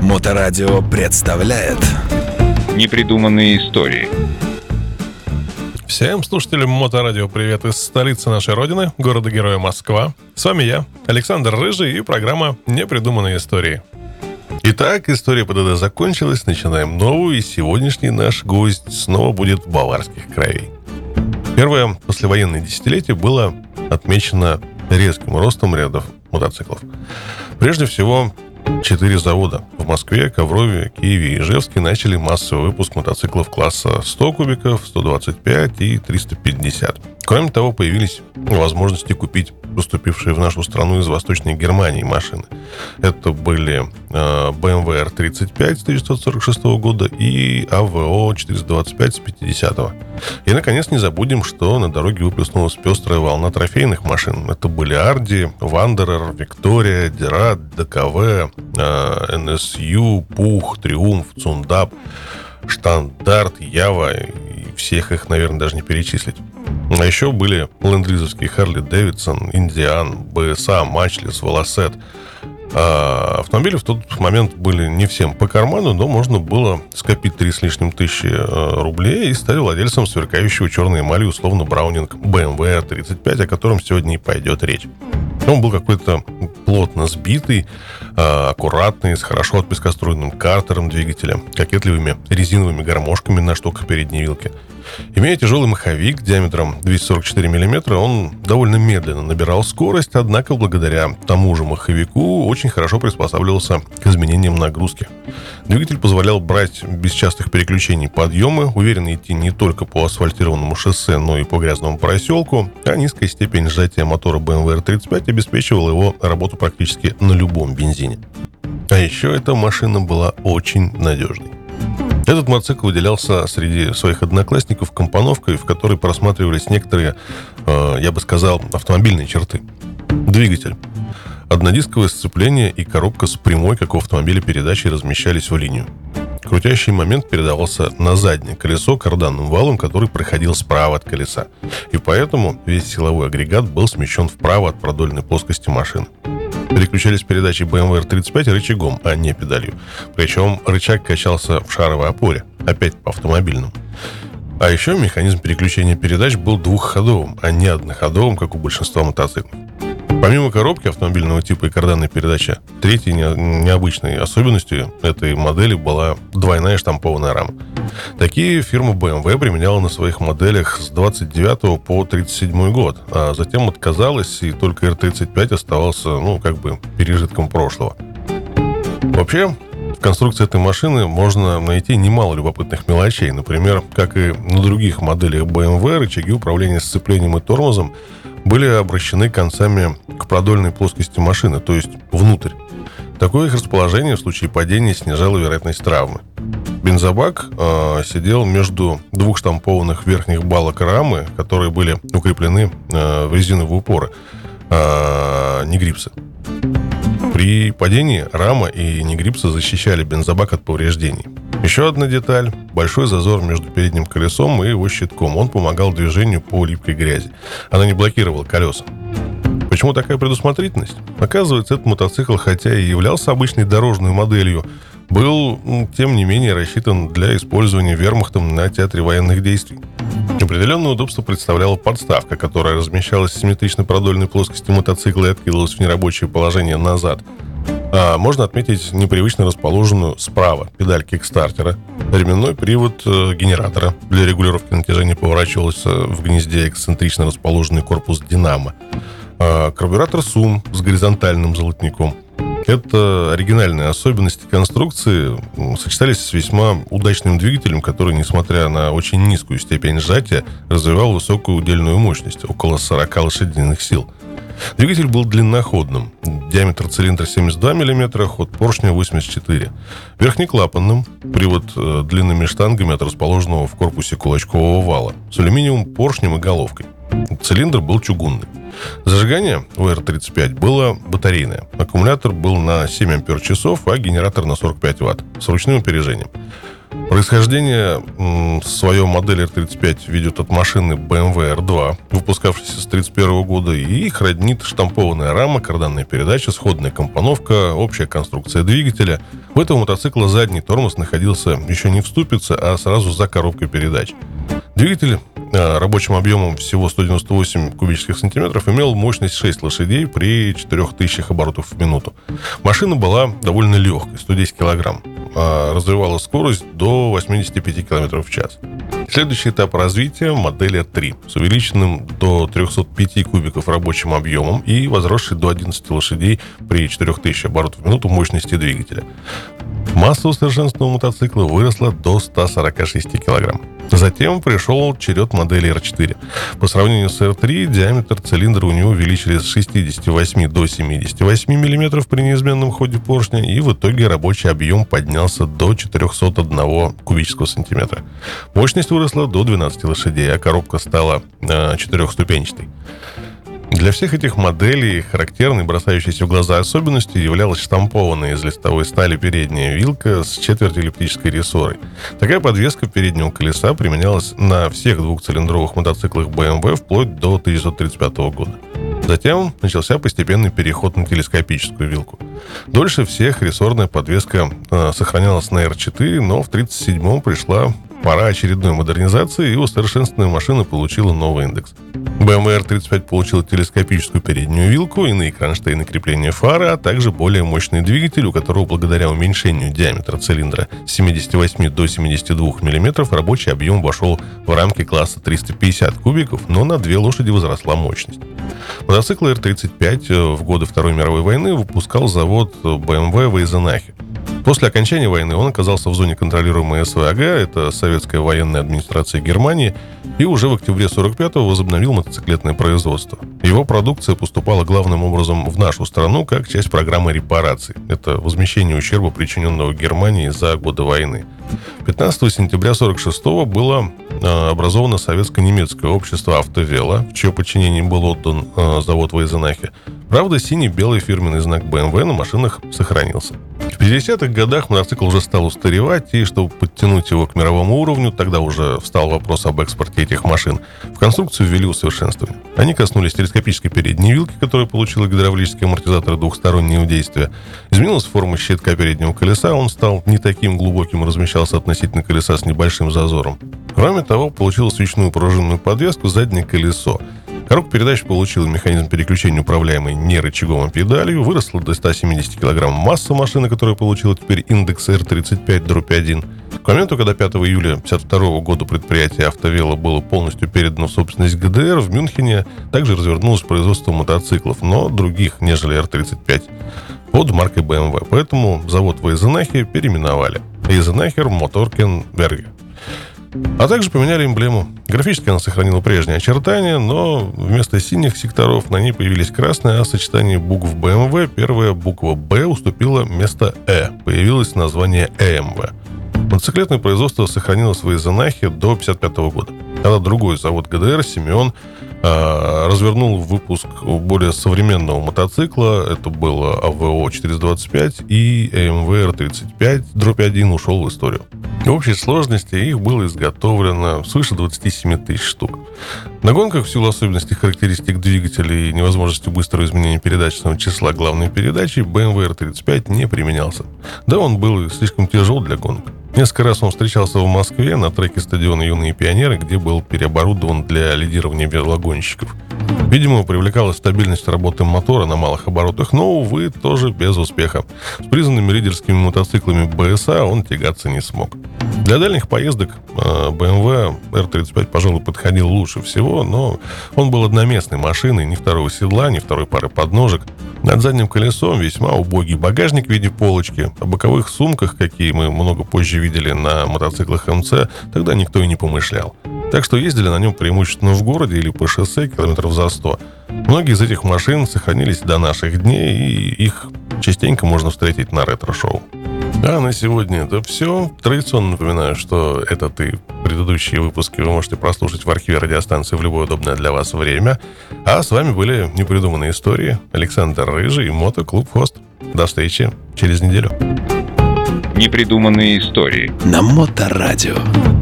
Моторадио представляет Непридуманные истории. Всем слушателям Моторадио привет из столицы нашей родины, города-героя Москва. С вами я, Александр Рыжий, и программа «Непридуманные истории». Итак, история ПДД закончилась, начинаем новую, и сегодняшний наш гость снова будет баварских кровей. Первое послевоенное десятилетие было отмечено резким ростом рядов мотоциклов. Прежде всего, 4 завода в Москве, Коврове, Киеве и Ижевске начали массовый выпуск мотоциклов класса 100 кубиков, 125 и 350. Кроме того, появились возможности купить поступившие в нашу страну из Восточной Германии машины. Это были BMW R35 с 1946 года и AVO 425 с 50-го. И, наконец, не забудем, что на дороге выплеснулась пестрая волна трофейных машин. Это были Арди, Вандерер, Виктория, Дират, ДКВ, НСЮ, Пух, Триумф, Цундап, Штандарт, Ява. И всех их, наверное, даже не перечислить. А еще были ленд-лизовские Харли Дэвидсон, Индиан, БСА, Мачлес, Велосет. Автомобили в тот момент были не всем по карману, но можно было скопить 3 с лишним тысячи рублей и стать владельцем сверкающего черной эмалью условно браунинг BMW R35, о котором сегодня и пойдет речь. Он был какой-то плотно сбитый, аккуратный, с хорошо отпескоструйным картером двигателя, кокетливыми резиновыми гармошками на штоках передней вилки. Имея тяжелый маховик диаметром 244 мм, он довольно медленно набирал скорость, однако благодаря тому же маховику очень хорошо приспосабливался к изменениям нагрузки. Двигатель позволял брать без частых переключений подъемы, уверенно идти не только по асфальтированному шоссе, но и по грязному проселку, а низкая степень сжатия мотора BMW R35 обеспечивала его работу практически на любом бензине. А еще эта машина была очень надежной. Этот мотоцикл выделялся среди своих одноклассников компоновкой, в которой просматривались некоторые, я бы сказал, автомобильные черты. Двигатель. Однодисковое сцепление и коробка с прямой, как у автомобиля, передачей размещались в линию. Крутящий момент передавался на заднее колесо карданным валом, который проходил справа от колеса. И поэтому весь силовой агрегат был смещен вправо от продольной плоскости машины. Переключались передачи BMW R35 рычагом, а не педалью. Причем рычаг качался в шаровой опоре, опять по автомобильному. А еще механизм переключения передач был двухходовым, а не одноходовым, как у большинства мотоциклов. Помимо коробки автомобильного типа и карданной передачи, третьей необычной особенностью этой модели была двойная штампованная рама. Такие фирма BMW применяла на своих моделях с 29 по 37 год, а затем отказалась, и только R35 оставался, пережитком прошлого. Вообще, в конструкции этой машины можно найти немало любопытных мелочей. Например, как и на других моделях BMW, рычаги управления сцеплением и тормозом были обращены концами к продольной плоскости машины, то есть внутрь. Такое их расположение в случае падения снижало вероятность травмы. Бензобак сидел между двух штампованных верхних балок рамы, которые были укреплены в резиновые упоры, не грипсы. При падении рама и негрипсы защищали бензобак от повреждений. Еще одна деталь – большой зазор между передним колесом и его щитком. Он помогал движению по липкой грязи. Она не блокировала колеса. Почему такая предусмотрительность? Оказывается, этот мотоцикл, хотя и являлся обычной дорожной моделью, был, тем не менее, рассчитан для использования вермахтом на театре военных действий. Определенное удобство представляла подставка, которая размещалась в симметричной продольной плоскости мотоцикла и откидывалась в нерабочее положение назад. Можно отметить непривычно расположенную справа педаль кикстартера. Ременной привод генератора для регулировки натяжения поворачивался в гнезде эксцентрично расположенный корпус динамо. Карбюратор СУМ с горизонтальным золотником. Это оригинальные особенности конструкции сочетались с весьма удачным двигателем, который, несмотря на очень низкую степень сжатия, развивал высокую удельную мощность, около 40 лошадиных сил. Двигатель был длинноходным. Диаметр цилиндра 72 мм, ход поршня 84. Верхнеклапанным, привод длинными штангами от расположенного в корпусе кулачкового вала, с алюминиевым поршнем и головкой. Цилиндр был чугунный. Зажигание у R35 было батарейное. Аккумулятор был на 7 ампер-часов, а генератор на 45 ватт с ручным опережением. Происхождение свою модель R35 ведет от машины BMW R2, выпускавшейся с 1931 года, и их роднит штампованная рама, карданная передача, сходная компоновка, общая конструкция двигателя. У этого мотоцикла задний тормоз находился еще не в ступице, а сразу за коробкой передач. Двигатель рабочим объемом всего 198 кубических сантиметров имел мощность 6 лошадей при 4000 оборотов в минуту. Машина была довольно легкой, 110 килограмм. Развивала скорость до 85 км в час. Следующий этап развития – модель R3 с увеличенным до 305 кубиков рабочим объемом и возросшей до 11 лошадей при 4000 оборотов в минуту мощности двигателя. Масса усовершенствованного мотоцикла выросла до 146 килограмм. Затем пришел черед модели R4. По сравнению с R3, диаметр цилиндра у него увеличили с 68 до 78 мм при неизменном ходе поршня, и в итоге рабочий объем поднялся до 401 кубического сантиметра. Мощность выросла до 12 лошадей, а коробка стала четырехступенчатой. Для всех этих моделей характерной, бросающейся в глаза особенностью являлась штампованная из листовой стали передняя вилка с четвертьэллиптической рессорой. Такая подвеска переднего колеса применялась на всех двухцилиндровых мотоциклах BMW вплоть до 1935 года. Затем начался постепенный переход на телескопическую вилку. Дольше всех рессорная подвеска сохранялась на R4, но в 1937-м пришла пора очередной модернизации, и усовершенствованная машина получила новый индекс. BMW R35 получила телескопическую переднюю вилку, иные кронштейны крепления фары, а также более мощный двигатель, у которого благодаря уменьшению диаметра цилиндра с 78 до 72 мм рабочий объем вошел в рамки класса 350 кубиков, но на 2 лошади возросла мощность. Мотоцикл R35 в годы Второй мировой войны выпускал завод BMW в Эйзенахе. После окончания войны он оказался в зоне контролируемой СВАГ, это Советская военная администрация Германии, и уже в октябре 1945-го возобновил мотоциклетное производство. Его продукция поступала главным образом в нашу страну как часть программы репараций. Это возмещение ущерба, причиненного Германии за годы войны. 15 сентября 1946-го было образовано советско-немецкое общество «Автовело», в чье подчинение был отдан завод в Эйзенахе. Правда, синий-белый фирменный знак BMW на машинах сохранился. В 50-х годах мотоцикл уже стал устаревать, и чтобы подтянуть его к мировому уровню, тогда уже встал вопрос об экспорте этих машин. В конструкцию ввели усовершенствование. Они коснулись телескопической передней вилки, которая получила гидравлические амортизаторы двухстороннего действия. Изменилась форма щитка переднего колеса, он стал не таким глубоким и размещался относительно колеса с небольшим зазором. Кроме того, получила свечную пружинную подвеску заднее колесо. Коробка передач получила механизм переключения, управляемый не рычагом, а педалью, выросла до 170 кг масса машины, которая получила теперь индекс R35-1. К моменту, когда 5 июля 1952 года предприятие «Автовело» было полностью передано в собственность ГДР, в Мюнхене также развернулось производство мотоциклов, но других, нежели R35, под маркой BMW. Поэтому завод в Эйзенахе переименовали Эйзенахер Моторкенберге. А также поменяли эмблему. Графически она сохранила прежние очертания, но вместо синих секторов на ней появились красные, а в сочетании букв BMW первая буква «Б» уступила место «Э». Появилось название «ЭМВ». Мотоциклетное производство сохранилось в Эйзенахе до 1955 года. Когда другой завод ГДР, «Симеон», развернул выпуск более современного мотоцикла. Это было АВО 425, и АМВ R35-1 ушел в историю. В общей сложности их было изготовлено свыше 27 тысяч штук. На гонках в силу особенностей характеристик двигателя и невозможности быстрого изменения передаточного числа главной передачи BMW R35 не применялся. Да, он был слишком тяжел для гонок. Несколько раз он встречался в Москве на треке стадиона «Юные пионеры», где был переоборудован для лидирования велогонщиков. Видимо, привлекала стабильность работы мотора на малых оборотах, но, увы, тоже без успеха. С признанными лидерскими мотоциклами БСА он тягаться не смог. Для дальних поездок BMW R35, пожалуй, подходил лучше всего, но он был одноместной машиной, ни второго седла, ни второй пары подножек. Над задним колесом весьма убогий багажник в виде полочки. О боковых сумках, какие мы много позже видели на мотоциклах МЦ, тогда никто и не помышлял. Так что ездили на нем преимущественно в городе или по шоссе километров за 100. Многие из этих машин сохранились до наших дней, и их частенько можно встретить на ретро-шоу. А на сегодня это все. Традиционно напоминаю, что этот и предыдущие выпуски вы можете прослушать в архиве радиостанции в любое удобное для вас время. А с вами были «Непридуманные истории», Александр Рыжий и Мотоклуб Хост. До встречи через неделю. Непридуманные истории. На Моторадио.